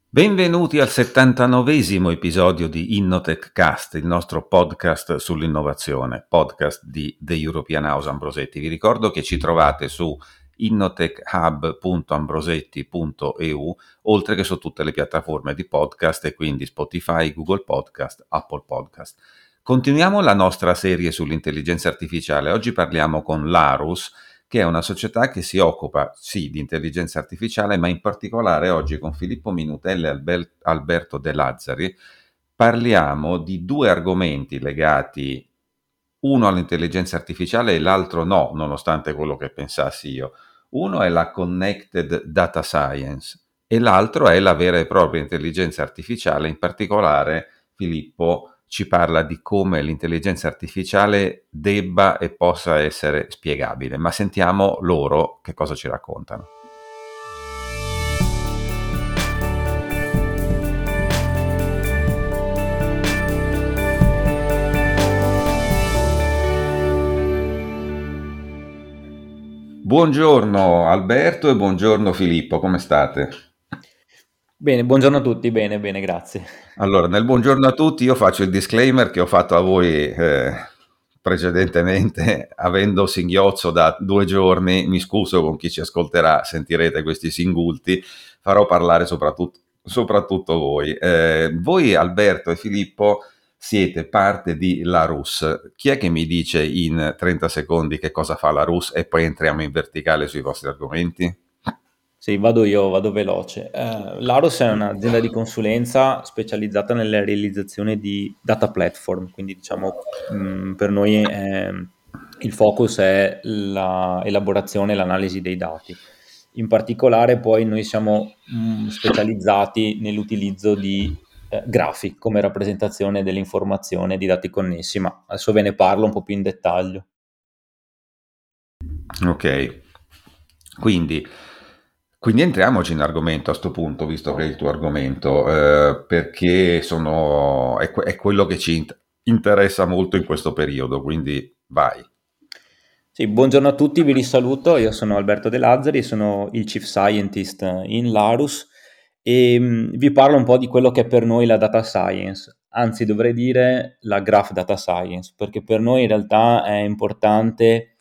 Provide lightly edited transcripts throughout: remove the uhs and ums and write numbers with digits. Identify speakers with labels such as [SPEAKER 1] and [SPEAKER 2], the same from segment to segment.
[SPEAKER 1] Benvenuti al 79esimo episodio di Innotech Cast, il nostro podcast sull'innovazione, podcast di The European House Ambrosetti. Vi ricordo che ci trovate su innotechhub.ambrosetti.eu, oltre che su tutte le piattaforme di podcast e quindi Spotify, Google Podcast, Apple Podcast. Continuiamo la nostra serie sull'intelligenza artificiale. Oggi parliamo con Larus, che è una società che si occupa, sì, di intelligenza artificiale, ma in particolare oggi con Filippo Minutelli e Alberto De Lazzari parliamo di due argomenti legati, uno all'intelligenza artificiale e l'altro no, nonostante quello che pensassi io. Uno è la Connected Data Science e l'altro è la vera e propria intelligenza artificiale. In particolare, Filippo ci parla di come l'intelligenza artificiale debba e possa essere spiegabile, ma sentiamo loro che cosa ci raccontano. Buongiorno Alberto e buongiorno Filippo, come state?
[SPEAKER 2] Bene, buongiorno a tutti, bene, grazie.
[SPEAKER 1] Allora, nel buongiorno a tutti io faccio il disclaimer che ho fatto a voi precedentemente, avendo singhiozzo da 2 giorni, mi scuso con chi ci ascolterà, sentirete questi singulti, farò parlare soprattutto voi. Voi Alberto e Filippo siete parte di Larus. Chi è che mi dice in 30 secondi che cosa fa Larus e poi entriamo in verticale sui vostri argomenti?
[SPEAKER 2] Sì, vado io, vado veloce. Laros è un'azienda di consulenza specializzata nella realizzazione di data platform, quindi diciamo per noi il focus è la elaborazione e l'analisi dei dati. In particolare poi noi siamo specializzati nell'utilizzo di grafi come rappresentazione dell'informazione di dati connessi, ma adesso ve ne parlo un po' più in dettaglio.
[SPEAKER 1] Ok, quindi, quindi entriamoci in argomento a sto punto, visto che è il tuo argomento, perché è quello che ci interessa molto in questo periodo, quindi vai.
[SPEAKER 2] Sì, buongiorno a tutti, vi risaluto. Io sono Alberto De Lazzari, sono il Chief Scientist in Larus e vi parlo un po' di quello che è per noi la data science, anzi dovrei dire la graph data science, perché per noi in realtà è importante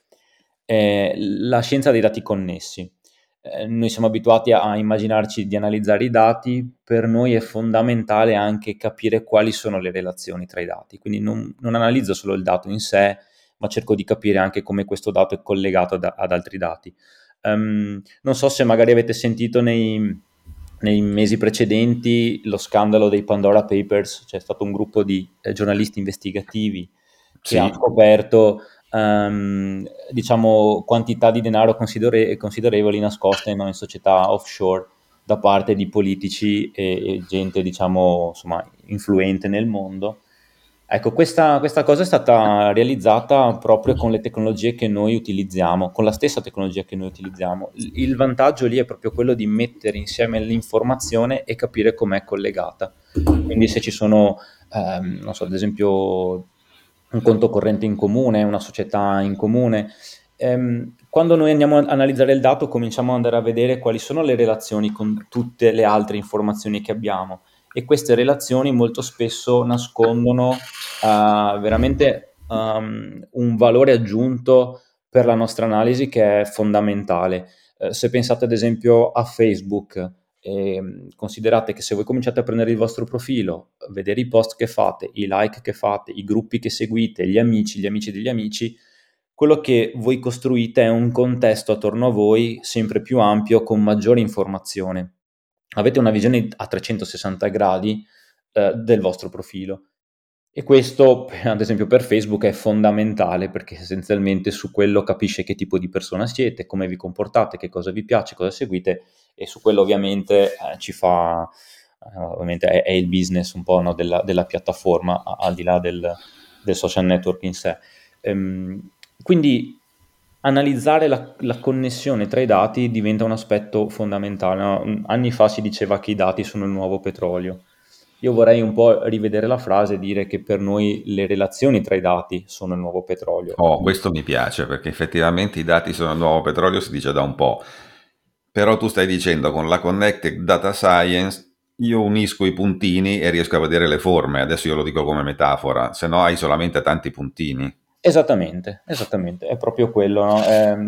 [SPEAKER 2] la scienza dei dati connessi. Noi siamo abituati a immaginarci di analizzare i dati, per noi è fondamentale anche capire quali sono le relazioni tra i dati, quindi non analizzo solo il dato in sé, ma cerco di capire anche come questo dato è collegato ad altri dati. Non so se magari avete sentito nei mesi precedenti lo scandalo dei Pandora Papers, c'è stato un gruppo di giornalisti investigativi che ha
[SPEAKER 1] Sì,
[SPEAKER 2] scoperto diciamo, quantità di denaro considerevoli nascoste in società offshore da parte di politici e gente, diciamo, insomma, influente nel mondo. Ecco, questa cosa è stata realizzata proprio con le tecnologie che noi utilizziamo, con la stessa tecnologia che noi utilizziamo. Il vantaggio lì è proprio quello di mettere insieme l'informazione e capire com'è collegata. Quindi se ci sono, non so, ad esempio un conto corrente in comune, una società in comune, quando noi andiamo a analizzare il dato cominciamo ad andare a vedere quali sono le relazioni con tutte le altre informazioni che abbiamo e queste relazioni molto spesso nascondono veramente un valore aggiunto per la nostra analisi che è fondamentale. Se pensate ad esempio a Facebook, considerate che se voi cominciate a prendere il vostro profilo, vedere i post che fate, i like che fate, i gruppi che seguite, gli amici degli amici, quello che voi costruite è un contesto attorno a voi sempre più ampio con maggiore informazione. Avete una visione a 360 gradi del vostro profilo. E questo, ad esempio, per Facebook è fondamentale perché essenzialmente su quello capisce che tipo di persona siete, come vi comportate, che cosa vi piace, cosa seguite e su quello ovviamente ci fa, ovviamente è il business un po', no, della piattaforma al di là del social network in sé. Quindi analizzare la connessione tra i dati diventa un aspetto fondamentale, no? Anni fa si diceva che i dati sono il nuovo petrolio. Io vorrei un po' rivedere la frase e dire che per noi le relazioni tra i dati sono il nuovo petrolio.
[SPEAKER 1] oh, questo mi piace perché effettivamente i dati sono il nuovo petrolio, si dice da un po'. Però tu stai dicendo con la Connected Data Science io unisco i puntini e riesco a vedere le forme, adesso io lo dico come metafora, se no hai solamente tanti puntini.
[SPEAKER 2] Esattamente, esattamente, è proprio quello, no?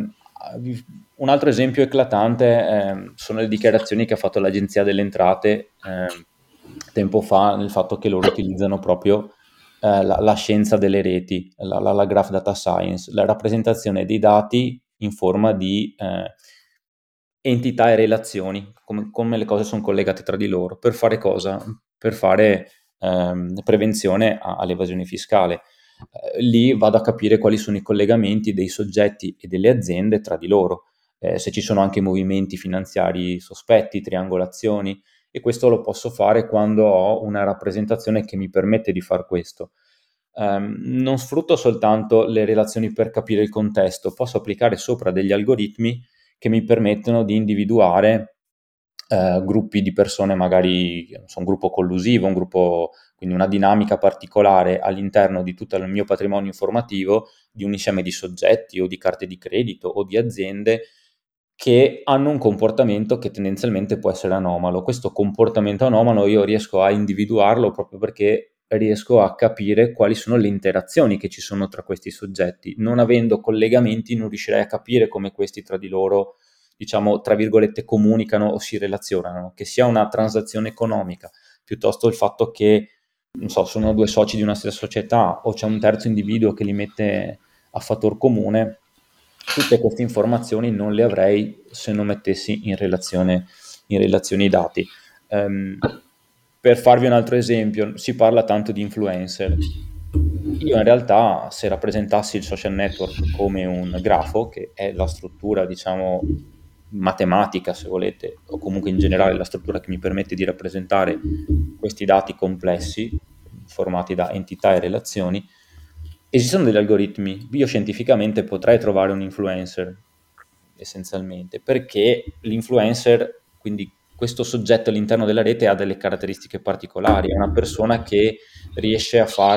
[SPEAKER 2] Un altro esempio eclatante sono le dichiarazioni che ha fatto l'Agenzia delle Entrate tempo fa, nel fatto che loro utilizzano proprio la scienza delle reti, la graph data science, la rappresentazione dei dati in forma di entità e relazioni, come le cose sono collegate tra di loro. Per fare cosa? Per fare prevenzione all'evasione fiscale. Lì vado a capire quali sono i collegamenti dei soggetti e delle aziende tra di loro, se ci sono anche movimenti finanziari sospetti, triangolazioni, e questo lo posso fare quando ho una rappresentazione che mi permette di far questo. Non sfrutto soltanto le relazioni per capire il contesto, posso applicare sopra degli algoritmi che mi permettono di individuare gruppi di persone, magari un gruppo collusivo, un gruppo, quindi una dinamica particolare all'interno di tutto il mio patrimonio informativo, di un insieme di soggetti o di carte di credito o di aziende che hanno un comportamento che tendenzialmente può essere anomalo. Questo comportamento anomalo io riesco a individuarlo proprio perché riesco a capire quali sono le interazioni che ci sono tra questi soggetti. Non avendo collegamenti non riuscirei a capire come questi tra di loro, diciamo, tra virgolette, comunicano o si relazionano, che sia una transazione economica, piuttosto il fatto che, non so, sono due soci di una stessa società o c'è un terzo individuo che li mette a fattor comune. Tutte queste informazioni non le avrei se non mettessi in relazione i dati. Per farvi un altro esempio, si parla tanto di influencer. Io in realtà, se rappresentassi il social network come un grafo, che è la struttura, diciamo, matematica, se volete, o comunque in generale la struttura che mi permette di rappresentare questi dati complessi, formati da entità e relazioni, esistono degli algoritmi. Io scientificamente potrei trovare un influencer, essenzialmente, perché l'influencer, quindi questo soggetto all'interno della rete, ha delle caratteristiche particolari, è una persona che riesce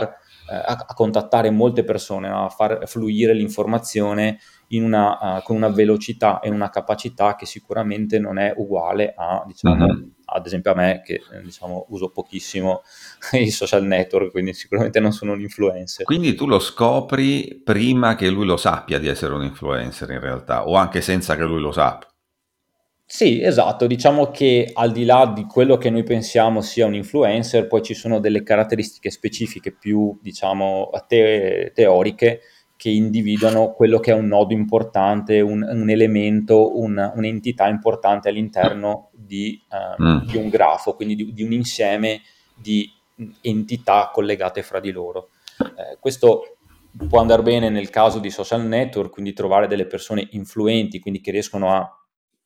[SPEAKER 2] a contattare molte persone, a far fluire l'informazione con una velocità e una capacità che sicuramente non è uguale a, diciamo,
[SPEAKER 1] Mhm.
[SPEAKER 2] ad esempio a me che diciamo, uso pochissimo i social network, quindi sicuramente non sono un influencer.
[SPEAKER 1] Quindi tu lo scopri prima che lui lo sappia di essere un influencer in realtà, o anche senza che lui lo sappia.
[SPEAKER 2] Sì, esatto, diciamo che al di là di quello che noi pensiamo sia un influencer, poi ci sono delle caratteristiche specifiche più, diciamo, teoriche che individuano quello che è un nodo importante, un elemento, un'entità importante all'interno di un
[SPEAKER 1] Mm.
[SPEAKER 2] grafo, quindi di un insieme di entità collegate fra di loro. Questo può andare bene nel caso di social network, quindi trovare delle persone influenti, quindi che riescono a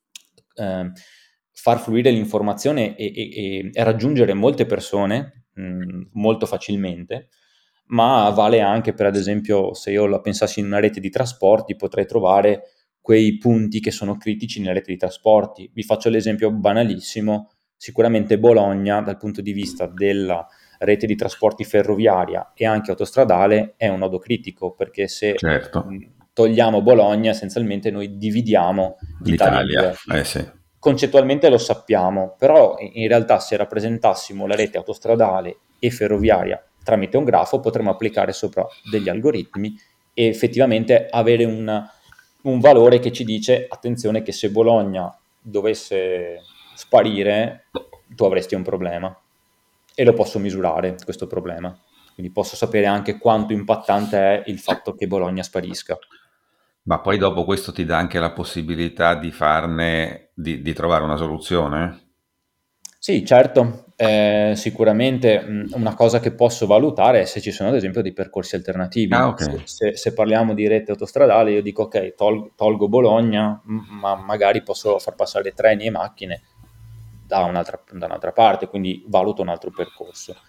[SPEAKER 2] far fluire l'informazione e raggiungere molte persone molto facilmente, ma vale anche per, ad esempio, se io la pensassi in una rete di trasporti, potrei trovare quei punti che sono critici nella rete di trasporti. Vi faccio l'esempio banalissimo: sicuramente Bologna, dal punto di vista della rete di trasporti ferroviaria e anche autostradale, è un nodo critico, perché se
[SPEAKER 1] Certo,
[SPEAKER 2] togliamo Bologna, essenzialmente noi dividiamo l'Italia in
[SPEAKER 1] l'Italia,
[SPEAKER 2] due.
[SPEAKER 1] eh sì.
[SPEAKER 2] Concettualmente lo sappiamo, però in realtà se rappresentassimo la rete autostradale e ferroviaria tramite un grafo potremmo applicare sopra degli algoritmi e effettivamente avere un valore che ci dice: attenzione che se Bologna dovesse sparire tu avresti un problema, e lo posso misurare questo problema, quindi posso sapere anche quanto impattante è il fatto che Bologna sparisca.
[SPEAKER 1] Ma poi dopo questo ti dà anche la possibilità di farne, di trovare una soluzione?
[SPEAKER 2] Sì, certo, sicuramente una cosa che posso valutare è se ci sono ad esempio dei percorsi
[SPEAKER 1] Ah,
[SPEAKER 2] alternativi.
[SPEAKER 1] ok.
[SPEAKER 2] Se parliamo di rete autostradale, io dico ok, tolgo Bologna, ma magari posso far passare treni e macchine da un'altra parte, quindi valuto un altro percorso.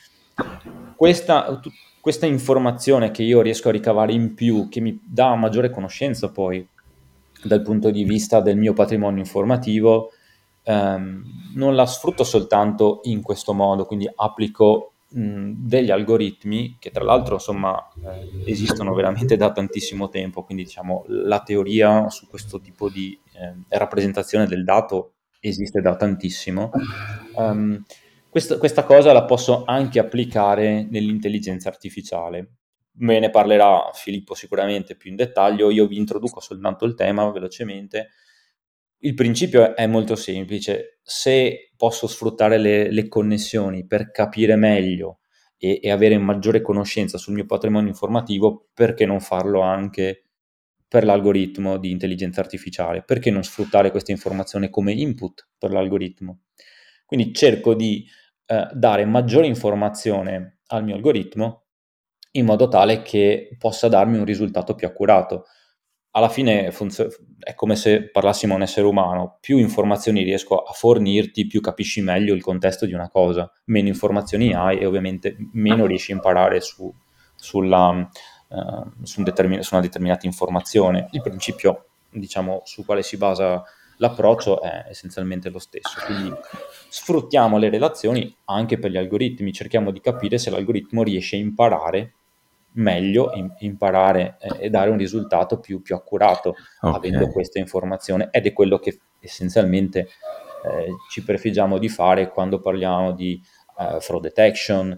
[SPEAKER 2] Questa informazione che io riesco a ricavare in più, che mi dà maggiore conoscenza poi dal punto di vista del mio patrimonio informativo, non la sfrutto soltanto in questo modo, quindi applico degli algoritmi che tra l'altro insomma esistono veramente da tantissimo tempo, quindi diciamo la teoria su questo tipo di rappresentazione del dato esiste da tantissimo. Questa cosa la posso anche applicare nell'intelligenza artificiale. Me ne parlerà Filippo sicuramente più in dettaglio, io vi introduco soltanto il tema velocemente. Il principio è molto semplice: se posso sfruttare le connessioni per capire meglio e avere maggiore conoscenza sul mio patrimonio informativo, perché non farlo anche per l'algoritmo di intelligenza artificiale? Perché non sfruttare questa informazione come input per l'algoritmo? Quindi cerco di dare maggiore informazione al mio algoritmo in modo tale che possa darmi un risultato più accurato. Alla fine è come se parlassimo a un essere umano: più informazioni riesco a fornirti, più capisci meglio il contesto di una cosa, meno informazioni hai e ovviamente meno riesci a imparare sulla, su una determinata informazione. Il principio, diciamo, su quale si basa l'approccio è essenzialmente lo stesso. Quindi sfruttiamo le relazioni anche per gli algoritmi, cerchiamo di capire se l'algoritmo riesce a imparare meglio, imparare e dare un risultato più accurato
[SPEAKER 1] Ok.
[SPEAKER 2] avendo questa informazione, ed è quello che essenzialmente ci prefiggiamo di fare quando parliamo di fraud detection,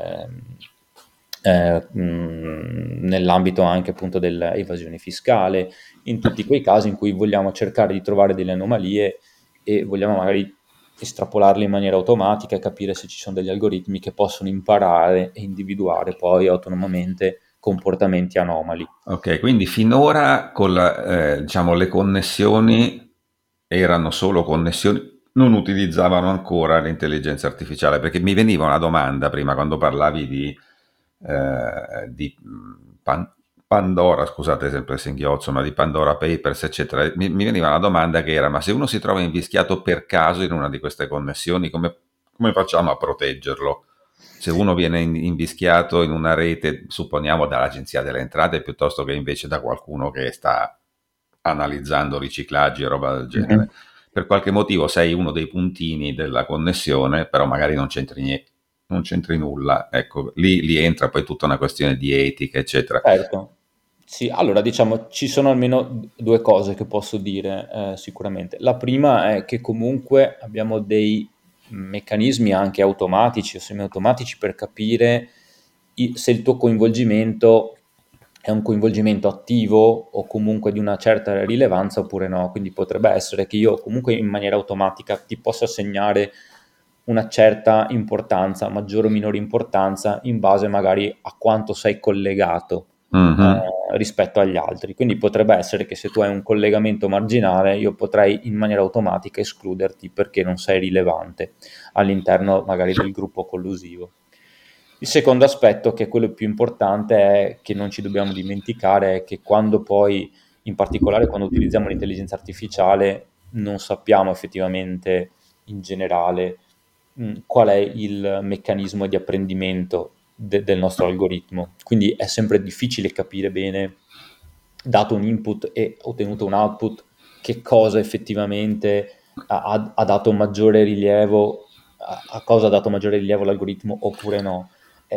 [SPEAKER 2] nell'ambito anche appunto dell'evasione fiscale, in tutti quei casi in cui vogliamo cercare di trovare delle anomalie e vogliamo magari estrapolarle in maniera automatica e capire se ci sono degli algoritmi che possono imparare e individuare poi autonomamente comportamenti anomali.
[SPEAKER 1] Ok, quindi finora diciamo, le connessioni erano solo connessioni, non utilizzavano ancora l'intelligenza artificiale, perché mi veniva una domanda prima quando parlavi di Pandora, scusate sempre il singhiozzo, ma di Pandora Papers, eccetera. Mi veniva una domanda che era: ma se uno si trova invischiato per caso in una di queste connessioni, come facciamo a proteggerlo? Se uno viene invischiato in una rete, supponiamo dall'Agenzia delle Entrate, piuttosto che invece da qualcuno che sta analizzando riciclaggi e roba del genere,
[SPEAKER 2] Mhm.
[SPEAKER 1] per qualche motivo sei uno dei puntini della connessione, però magari non c'entri nulla, ecco, lì entra poi tutta una questione di etica, eccetera.
[SPEAKER 2] Certo, sì, allora diciamo ci sono almeno due cose che posso dire sicuramente. La prima è che comunque abbiamo dei meccanismi anche automatici o semiautomatici per capire se il tuo coinvolgimento è un coinvolgimento attivo o comunque di una certa rilevanza oppure no. Quindi potrebbe essere che io comunque in maniera automatica ti possa assegnare una certa importanza, maggiore o minore importanza, in base magari a quanto sei collegato
[SPEAKER 1] Mhm.
[SPEAKER 2] rispetto agli altri. Quindi potrebbe essere che se tu hai un collegamento marginale, io potrei in maniera automatica escluderti perché non sei rilevante all'interno magari del gruppo collusivo. Il secondo aspetto, che è quello più importante, è che non ci dobbiamo dimenticare, è che quando poi, in particolare quando utilizziamo l'intelligenza artificiale, non sappiamo effettivamente in generale qual è il meccanismo di apprendimento del nostro algoritmo. Quindi è sempre difficile capire bene, dato un input e ottenuto un output, che cosa effettivamente ha dato maggiore rilievo, a cosa ha dato maggiore rilievo l'algoritmo oppure no.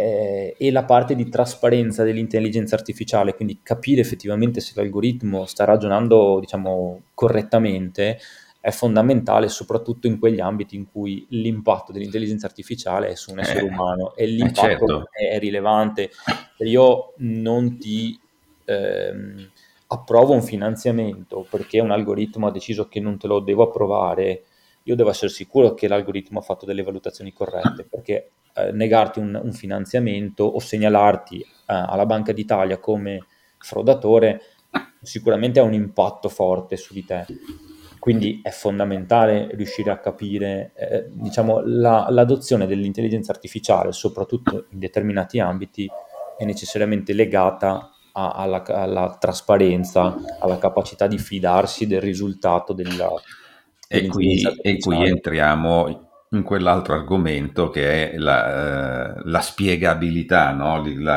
[SPEAKER 2] E la parte di trasparenza dell'intelligenza artificiale, quindi capire effettivamente se l'algoritmo sta ragionando, diciamo, correttamente, è fondamentale, soprattutto in quegli ambiti in cui l'impatto dell'intelligenza artificiale è su un essere
[SPEAKER 1] Eh,
[SPEAKER 2] umano e l'impatto
[SPEAKER 1] certo.
[SPEAKER 2] è rilevante. Se io non ti ehm, approvo un finanziamento perché un algoritmo ha deciso che non te lo devo approvare, io devo essere sicuro che l'algoritmo ha fatto delle valutazioni corrette, perché negarti un finanziamento o segnalarti alla Banca d'Italia come fraudatore sicuramente ha un impatto forte su di te. Quindi è fondamentale riuscire a capire, diciamo, l'adozione dell'intelligenza artificiale, soprattutto in determinati ambiti, è necessariamente legata alla trasparenza, alla capacità di fidarsi del risultato dell'intelligenza
[SPEAKER 1] E qui
[SPEAKER 2] artificiale.
[SPEAKER 1] entriamo in quell'altro argomento che è la spiegabilità, no?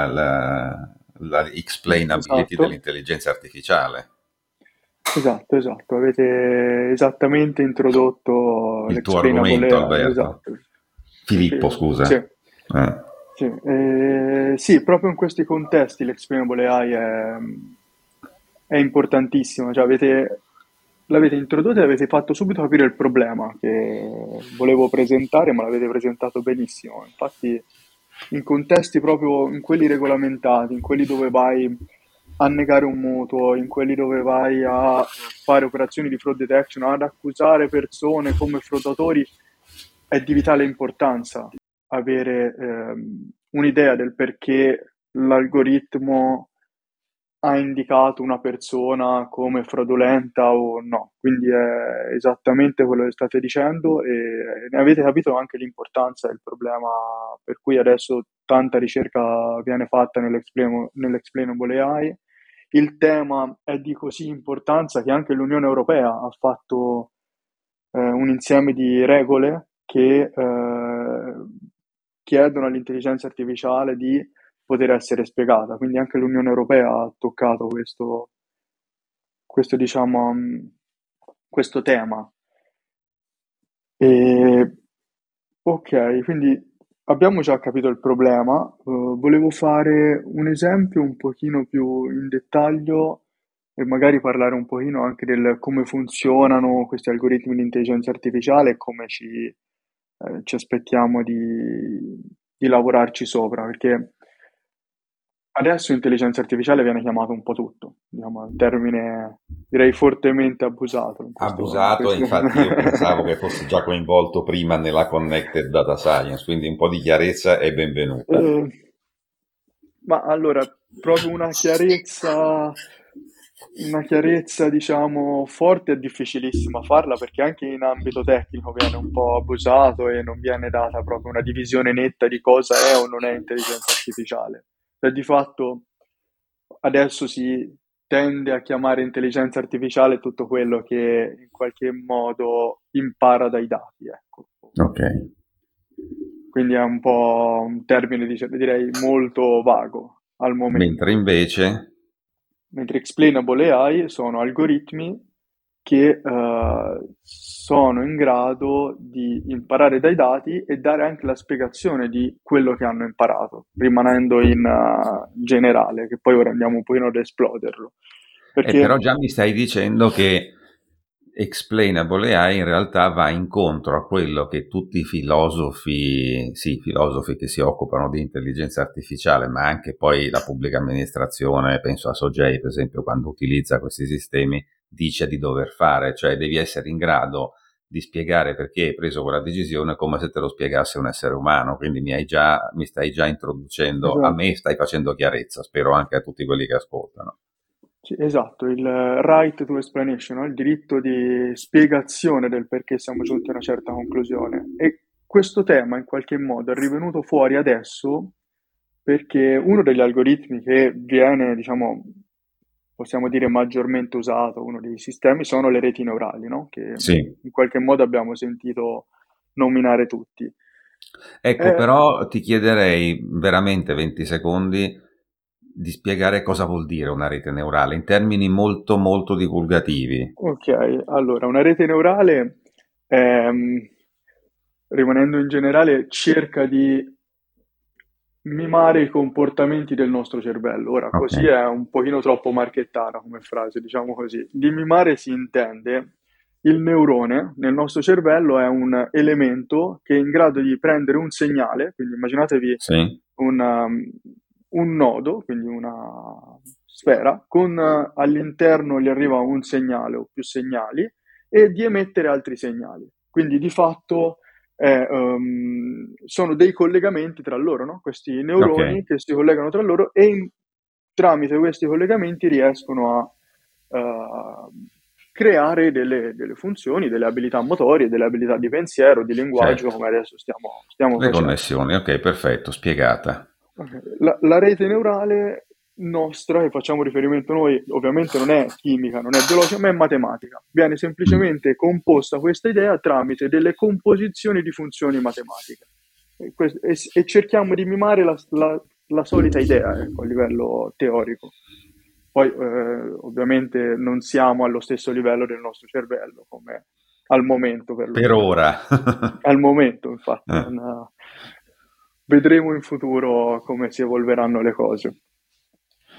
[SPEAKER 1] La explainability
[SPEAKER 3] Esatto,
[SPEAKER 1] dell'intelligenza artificiale.
[SPEAKER 3] esatto, esatto. Avete esattamente introdotto
[SPEAKER 1] Il tuo
[SPEAKER 3] l'explainable
[SPEAKER 1] argomento,
[SPEAKER 3] AI,
[SPEAKER 1] Alberto.
[SPEAKER 3] esatto.
[SPEAKER 1] Filippo,
[SPEAKER 3] Sì,
[SPEAKER 1] scusa. Eh.
[SPEAKER 3] sì, sì, proprio in questi contesti l'explainable AI è importantissimo. Cioè, avete l'avete introdotto e avete fatto subito capire il problema che volevo presentare, ma l'avete presentato benissimo. Infatti, in contesti proprio in quelli regolamentati, in quelli dove vai a negare un mutuo, in quelli dove vai a fare operazioni di fraud detection, ad accusare persone come frodatori, è di vitale importanza avere un'idea del perché l'algoritmo ha indicato una persona come fraudolenta o no. Quindi è esattamente quello che state dicendo e ne avete capito anche l'importanza del problema per cui adesso tanta ricerca viene fatta nell'explainable AI. Il tema è di così importanza che anche l'Unione Europea ha fatto un insieme di regole che chiedono all'intelligenza artificiale di poter essere spiegata. Quindi anche l'Unione Europea ha toccato questo, diciamo, questo tema. E, ok, quindi abbiamo già capito il problema. Volevo fare un esempio un pochino più in dettaglio e magari parlare un pochino anche del come funzionano questi algoritmi di intelligenza artificiale e come ci aspettiamo di lavorarci sopra, perché adesso intelligenza artificiale viene chiamato un po' tutto, diciamo, è un termine direi fortemente abusato in
[SPEAKER 1] Abusato, e
[SPEAKER 3] questo...
[SPEAKER 1] infatti io pensavo che fosse già coinvolto prima nella Connected Data Science, quindi un po' di chiarezza è benvenuta.
[SPEAKER 3] Ma allora, proprio una chiarezza, diciamo, forte è difficilissima farla perché anche in ambito tecnico viene un po' abusato e non viene data proprio una divisione netta di cosa è o non è intelligenza artificiale. Cioè, di fatto, adesso si tende a chiamare intelligenza artificiale tutto quello che in qualche modo impara dai dati, ecco.
[SPEAKER 1] Ok.
[SPEAKER 3] Quindi è un po' un termine, direi, molto vago al
[SPEAKER 1] Mentre
[SPEAKER 3] momento.
[SPEAKER 1] invece,
[SPEAKER 3] Mentre explainable AI sono algoritmi che sono in grado di imparare dai dati e dare anche la spiegazione di quello che hanno imparato, rimanendo in generale, che poi ora andiamo un pochino ad esploderlo.
[SPEAKER 1] però
[SPEAKER 3] Perché,
[SPEAKER 1] già mi stai dicendo che Explainable AI in realtà va incontro a quello che tutti i filosofi, sì, filosofi che si occupano di intelligenza artificiale, ma anche poi la pubblica amministrazione, penso a Sogei per esempio, quando utilizza questi sistemi, dice di dover fare, cioè devi essere in grado di spiegare perché hai preso quella decisione come se te lo spiegasse un essere umano, quindi mi stai già introducendo, a
[SPEAKER 3] esatto,
[SPEAKER 1] me stai facendo chiarezza, spero anche a tutti quelli che ascoltano.
[SPEAKER 3] sì, esatto, il right to explanation, no? Il diritto di spiegazione del perché siamo giunti a una certa conclusione. E questo tema in qualche modo è rivenuto fuori adesso perché uno degli algoritmi che viene, diciamo, possiamo dire maggiormente usato, uno dei sistemi, sono le reti neurali, no? Che
[SPEAKER 1] Sì.
[SPEAKER 3] in qualche modo abbiamo sentito nominare tutti.
[SPEAKER 1] Ecco,
[SPEAKER 3] Eh,
[SPEAKER 1] però ti chiederei veramente 20 secondi di spiegare cosa vuol dire una rete neurale in termini molto molto divulgativi.
[SPEAKER 3] ok, allora una rete neurale, ehm, rimanendo in generale, cerca di mimare i comportamenti del nostro cervello. Ora,
[SPEAKER 1] Ok,
[SPEAKER 3] così è un pochino troppo marchettara come frase, diciamo così. Di mimare si intende il neurone nel nostro cervello è un elemento che è in grado di prendere un segnale, quindi immaginatevi
[SPEAKER 1] sì,
[SPEAKER 3] un nodo, quindi una sfera, con all'interno gli arriva un segnale o più segnali e di emettere altri segnali. Quindi di fatto sono dei collegamenti tra loro, no? Questi
[SPEAKER 1] ok.
[SPEAKER 3] neuroni che si collegano tra loro e tramite questi collegamenti riescono a creare delle funzioni, delle abilità motorie, delle abilità di pensiero, di linguaggio,
[SPEAKER 1] Certo,
[SPEAKER 3] come adesso stiamo
[SPEAKER 1] le
[SPEAKER 3] facendo.
[SPEAKER 1] connessioni, ok, perfetto, spiegata.
[SPEAKER 3] Ok. La rete neurale nostra, che facciamo riferimento noi, ovviamente non è chimica, non è biologica, ma è matematica. Viene
[SPEAKER 1] Mm.
[SPEAKER 3] semplicemente composta questa idea tramite delle composizioni di funzioni matematiche. E cerchiamo di mimare la solita idea, ecco, a livello teorico. Poi, ovviamente, non siamo allo stesso livello del nostro cervello, come al momento,
[SPEAKER 1] Per
[SPEAKER 3] perlomeno.
[SPEAKER 1] ora.
[SPEAKER 3] Al momento, infatti,
[SPEAKER 1] Eh.
[SPEAKER 3] vedremo in futuro come si evolveranno le cose.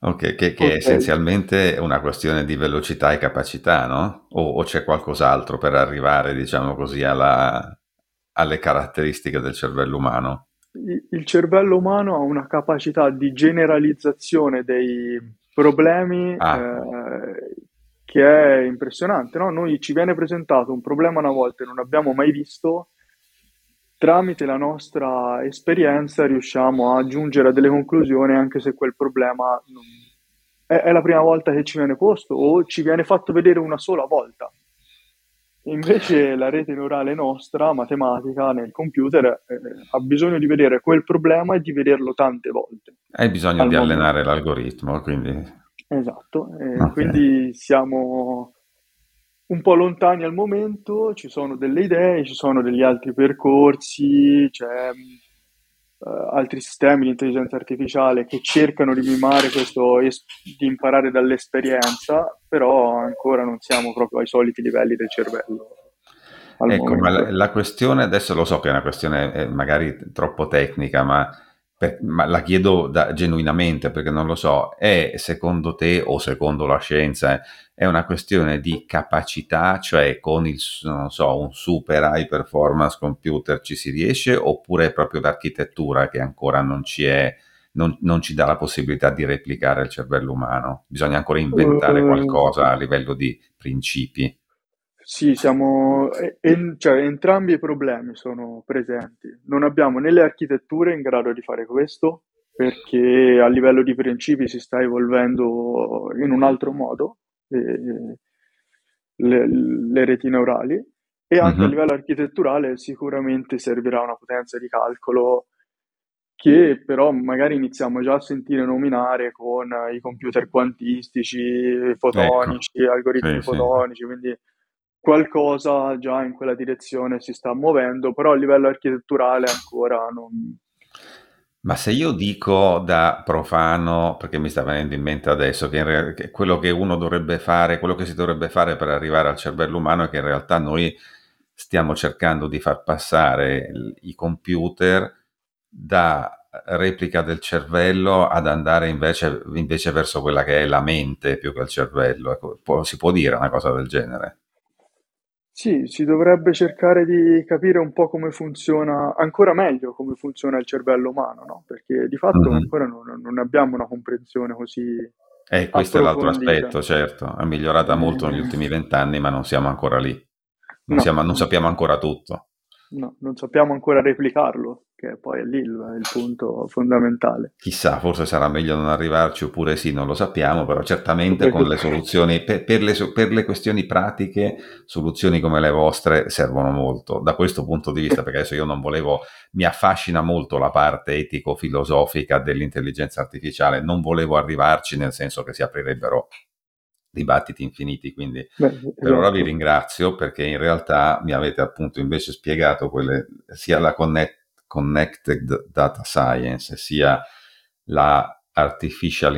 [SPEAKER 1] Ok, che è
[SPEAKER 3] Ok.
[SPEAKER 1] essenzialmente una questione di velocità e capacità, no? O c'è qualcos'altro per arrivare, diciamo così, alle caratteristiche del cervello umano?
[SPEAKER 3] Il cervello umano ha una capacità di generalizzazione dei problemi
[SPEAKER 1] Ah,
[SPEAKER 3] che è impressionante, no? Noi ci viene presentato un problema una volta e non abbiamo mai visto, tramite la nostra esperienza riusciamo a giungere a delle conclusioni anche se quel problema è la prima volta che ci viene posto o ci viene fatto vedere una sola volta. Invece la rete neurale nostra, matematica, nel computer, ha bisogno di vedere quel problema e di vederlo tante volte
[SPEAKER 1] hai bisogno
[SPEAKER 3] al
[SPEAKER 1] di allenare
[SPEAKER 3] momento.
[SPEAKER 1] l'algoritmo, quindi...
[SPEAKER 3] Esatto,
[SPEAKER 1] Ok.
[SPEAKER 3] quindi siamo un po' lontani al momento, ci sono delle idee, ci sono degli altri percorsi, c'è altri sistemi di intelligenza artificiale che cercano di mimare questo, di imparare dall'esperienza, però ancora non siamo proprio ai soliti livelli del cervello al
[SPEAKER 1] Ecco, ma
[SPEAKER 3] momento.
[SPEAKER 1] la questione, adesso lo so che è una questione magari troppo tecnica, ma la chiedo genuinamente perché non lo so, è secondo te o secondo la scienza, è una questione di capacità, cioè con non so, un super high performance computer ci si riesce, oppure è proprio l'architettura che ancora non ci è, non ci dà la possibilità di replicare il cervello umano? Bisogna ancora inventare
[SPEAKER 3] Eh,
[SPEAKER 1] qualcosa a livello di principi.
[SPEAKER 3] Sì, cioè, entrambi i problemi sono presenti. Non abbiamo né le architetture in grado di fare questo, perché a livello di principi si sta evolvendo in un altro modo, le reti neurali, e anche a
[SPEAKER 1] Mhm.
[SPEAKER 3] livello architetturale sicuramente servirà una potenza di calcolo che però magari iniziamo già a sentire nominare con i computer quantistici,
[SPEAKER 1] Ecco,
[SPEAKER 3] fotonici,
[SPEAKER 1] sì,
[SPEAKER 3] algoritmi
[SPEAKER 1] sì.
[SPEAKER 3] fotonici, quindi qualcosa già in quella direzione si sta muovendo, però a livello architetturale ancora non...
[SPEAKER 1] Ma se io dico da profano, perché mi sta venendo in mente adesso, che quello che uno dovrebbe fare, quello che si dovrebbe fare per arrivare al cervello umano è che in realtà noi stiamo cercando di far passare i computer da replica del cervello ad andare invece verso quella che è la mente più che il cervello. Ecco, si può dire una cosa del genere?
[SPEAKER 3] Sì, si dovrebbe cercare di capire un po' come funziona, ancora meglio come funziona il cervello umano, no? Perché di fatto
[SPEAKER 1] Mhm.
[SPEAKER 3] ancora non abbiamo una comprensione così
[SPEAKER 1] E questo è l'altro
[SPEAKER 3] approfondita.
[SPEAKER 1] aspetto, certo, è migliorata molto negli
[SPEAKER 3] Eh,
[SPEAKER 1] ultimi 20 anni, ma non siamo ancora lì,
[SPEAKER 3] no,
[SPEAKER 1] non sappiamo ancora tutto.
[SPEAKER 3] no, non sappiamo ancora replicarlo, che poi è lì il punto fondamentale.
[SPEAKER 1] Chissà, forse sarà meglio non arrivarci oppure sì, non lo sappiamo, però certamente
[SPEAKER 3] Per
[SPEAKER 1] con
[SPEAKER 3] questo-
[SPEAKER 1] le soluzioni, per le questioni pratiche, soluzioni come le vostre servono molto. Da questo punto di vista, perché adesso io non volevo, mi affascina molto la parte etico-filosofica dell'intelligenza artificiale, non volevo arrivarci nel senso che si aprirebbero dibattiti infiniti, quindi
[SPEAKER 3] Beh,
[SPEAKER 1] per ora vi
[SPEAKER 3] esatto.
[SPEAKER 1] ringrazio perché in realtà mi avete appunto invece spiegato sia la Connected Data Science sia la Artificial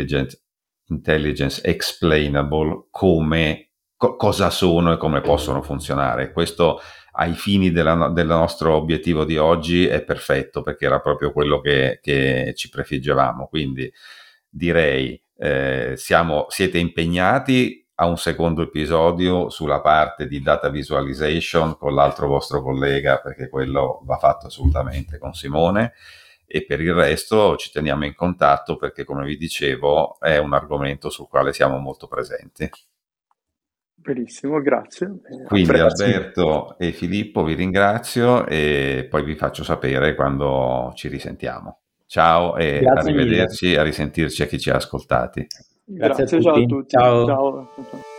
[SPEAKER 1] Intelligence Explainable come cosa sono e come possono funzionare. Questo ai fini del nostro obiettivo di oggi è perfetto perché era proprio quello che ci prefiggevamo. Quindi direi siete impegnati a un secondo episodio sulla parte di data visualization con l'altro vostro collega perché quello va fatto assolutamente con Simone e per il resto ci teniamo in contatto perché come vi dicevo è un argomento sul quale siamo molto presenti.
[SPEAKER 3] Benissimo, grazie. A
[SPEAKER 1] Quindi
[SPEAKER 3] presto.
[SPEAKER 1] Alberto e Filippo vi ringrazio e poi vi faccio sapere quando ci risentiamo. Ciao e
[SPEAKER 2] Grazie mille.
[SPEAKER 1] arrivederci, a risentirci a chi ci ha ascoltati.
[SPEAKER 2] Grazie a
[SPEAKER 3] Grazie, ciao a
[SPEAKER 2] tutti.
[SPEAKER 3] tutti.
[SPEAKER 2] Ciao.
[SPEAKER 3] Ciao. Ciao.